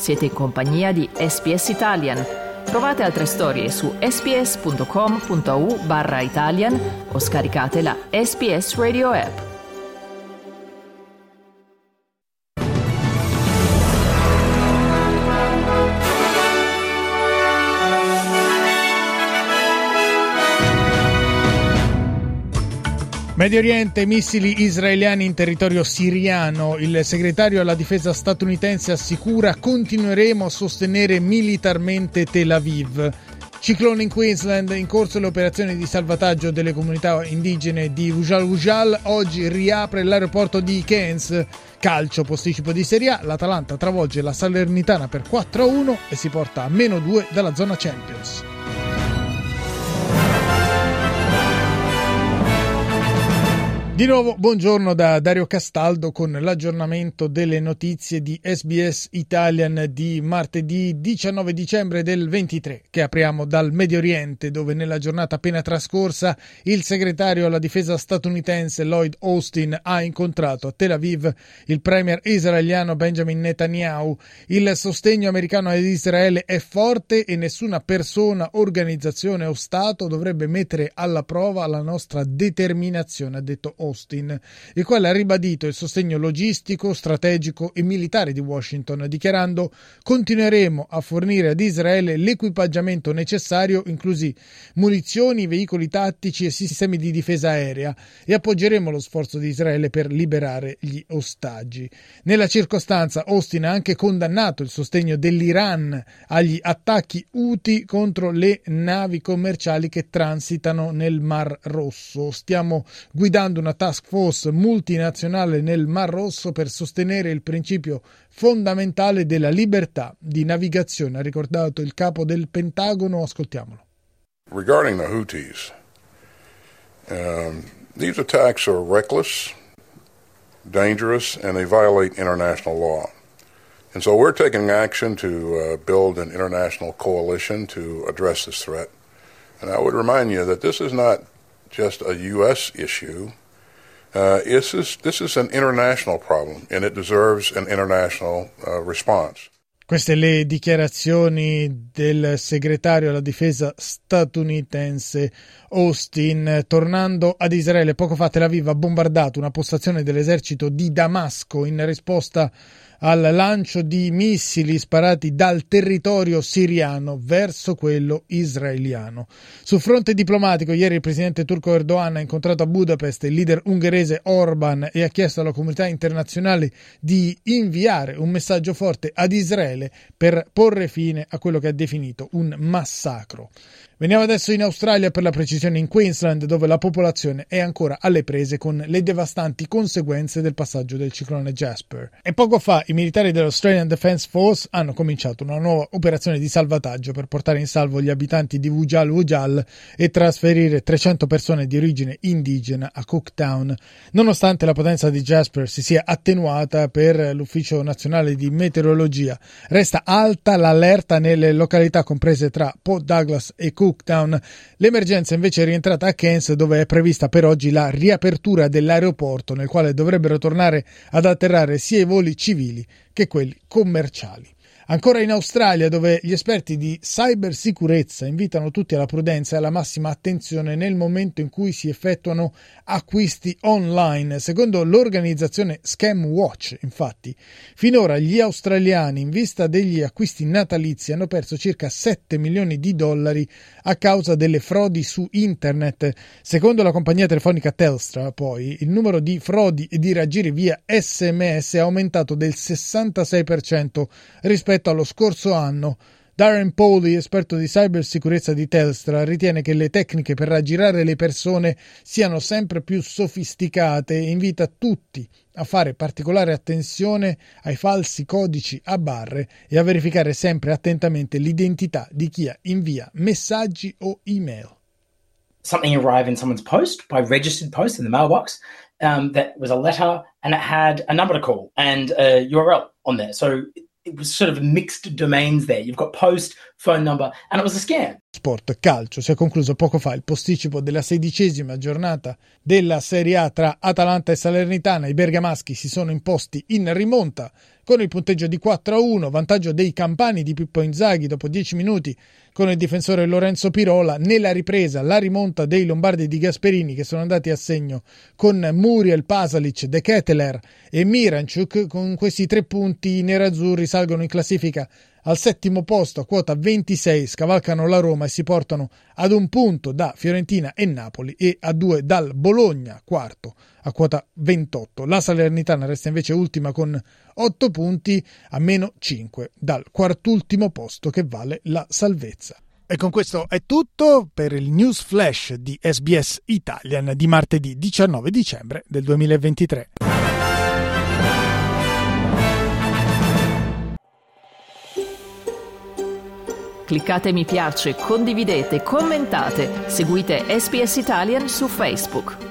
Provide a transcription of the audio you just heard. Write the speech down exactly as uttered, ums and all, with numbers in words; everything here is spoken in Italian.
Siete in compagnia di S B S Italian. Trovate altre storie su sbs.com.au barra Italian o scaricate la S B S Radio app. Medio Oriente, missili israeliani in territorio siriano. Il segretario alla difesa statunitense assicura: continueremo a sostenere militarmente Tel Aviv. Ciclone in Queensland, in corso le operazioni di salvataggio delle comunità indigene di Wujal Wujal. Oggi riapre l'aeroporto di Cairns. Calcio, posticipo di Serie A, l'Atalanta travolge la Salernitana per quattro a uno e si porta a meno due dalla zona Champions. Di nuovo buongiorno da Dario Castaldo con l'aggiornamento delle notizie di S B S Italian di martedì diciannove dicembre del ventitré, che apriamo dal Medio Oriente, dove nella giornata appena trascorsa il segretario alla difesa statunitense Lloyd Austin ha incontrato a Tel Aviv il premier israeliano Benjamin Netanyahu. Il sostegno americano ad Israele è forte e nessuna persona, organizzazione o Stato dovrebbe mettere alla prova la nostra determinazione, ha detto Austin. Austin, il quale ha ribadito il sostegno logistico, strategico e militare di Washington, dichiarando: continueremo a fornire ad Israele l'equipaggiamento necessario, inclusi munizioni, veicoli tattici e sistemi di difesa aerea, e appoggeremo lo sforzo di Israele per liberare gli ostaggi. Nella circostanza Austin ha anche condannato il sostegno dell'Iran agli attacchi Houthi contro le navi commerciali che transitano nel Mar Rosso. Stiamo guidando una task force multinazionale nel Mar Rosso per sostenere il principio fondamentale della libertà di navigazione, ha ricordato il capo del Pentagono. Ascoltiamolo. Regarding the Houthis, um, these attacks are reckless, dangerous, and they violate international law. And so we're taking action to uh, build an international coalition to address this threat. And I would remind you that this is not just a U S issue. Uh, this is this is an international problem, and it deserves an international uh, response. Queste le dichiarazioni del segretario alla difesa statunitense Austin. Tornando ad Israele, poco fa Tel Aviv ha bombardato una postazione dell'esercito di Damasco in risposta al lancio di missili sparati dal territorio siriano verso quello israeliano. Sul fronte diplomatico, ieri il presidente turco Erdogan ha incontrato a Budapest il leader ungherese Orban e ha chiesto alla comunità internazionale di inviare un messaggio forte ad Israele per porre fine a quello che ha definito un massacro. Veniamo adesso in Australia, per la precisione in Queensland, dove la popolazione è ancora alle prese con le devastanti conseguenze del passaggio del ciclone Jasper. E poco fa i militari dell'Australian Defence Force hanno cominciato una nuova operazione di salvataggio per portare in salvo gli abitanti di Wujal Wujal e trasferire trecento persone di origine indigena a Cooktown. Nonostante la potenza di Jasper si sia attenuata, per l'Ufficio Nazionale di Meteorologia resta alta l'allerta nelle località comprese tra Port Douglas e Cooktown. L'emergenza invece è rientrata a Cairns, dove è prevista per oggi la riapertura dell'aeroporto, nel quale dovrebbero tornare ad atterrare sia i voli civili che quelli commerciali. Ancora in Australia, dove gli esperti di cybersicurezza invitano tutti alla prudenza e alla massima attenzione nel momento in cui si effettuano acquisti online. Secondo l'organizzazione Scam Watch, infatti, finora gli australiani, in vista degli acquisti natalizi, hanno perso circa sette milioni di dollari a causa delle frodi su internet. Secondo la compagnia telefonica Telstra, poi, il numero di frodi e di raggiri via S M S è aumentato del sessantasei per cento rispetto allo scorso anno. Darren Powley, esperto di cybersicurezza di Telstra, ritiene che le tecniche per raggirare le persone siano sempre più sofisticate e invita tutti a fare particolare attenzione ai falsi codici a barre e a verificare sempre attentamente l'identità di chi invia messaggi o email. Something arrived in someone's post by registered post in the mailbox. Um, that was a letter, and it had a number to call and a U R L on there. So it was sort of mixed domains there. You've got post, phone number, and it was a scam. Sport, calcio. Si è concluso poco fa il posticipo della sedicesima giornata della Serie A tra Atalanta e Salernitana. I bergamaschi si sono imposti in rimonta con il punteggio di quattro a uno, vantaggio dei campani di Pippo Inzaghi dopo dieci minuti con il difensore Lorenzo Pirola. Nella ripresa la rimonta dei lombardi di Gasperini, che sono andati a segno con Muriel, Pasalic, De Ketelaere e Miranchuk. Con questi tre punti i nerazzurri salgono in classifica al settimo posto a quota ventisei, scavalcano la Roma e si portano ad un punto da Fiorentina e Napoli e a due dal Bologna, quarto a quota ventotto. La Salernitana resta invece ultima con otto punti, a meno cinque dal quartultimo posto che vale la salvezza. E con questo è tutto per il News Flash di S B S Italian di martedì diciannove dicembre del duemilaventitré. Cliccate mi piace, condividete, commentate, seguite S B S Italian su Facebook.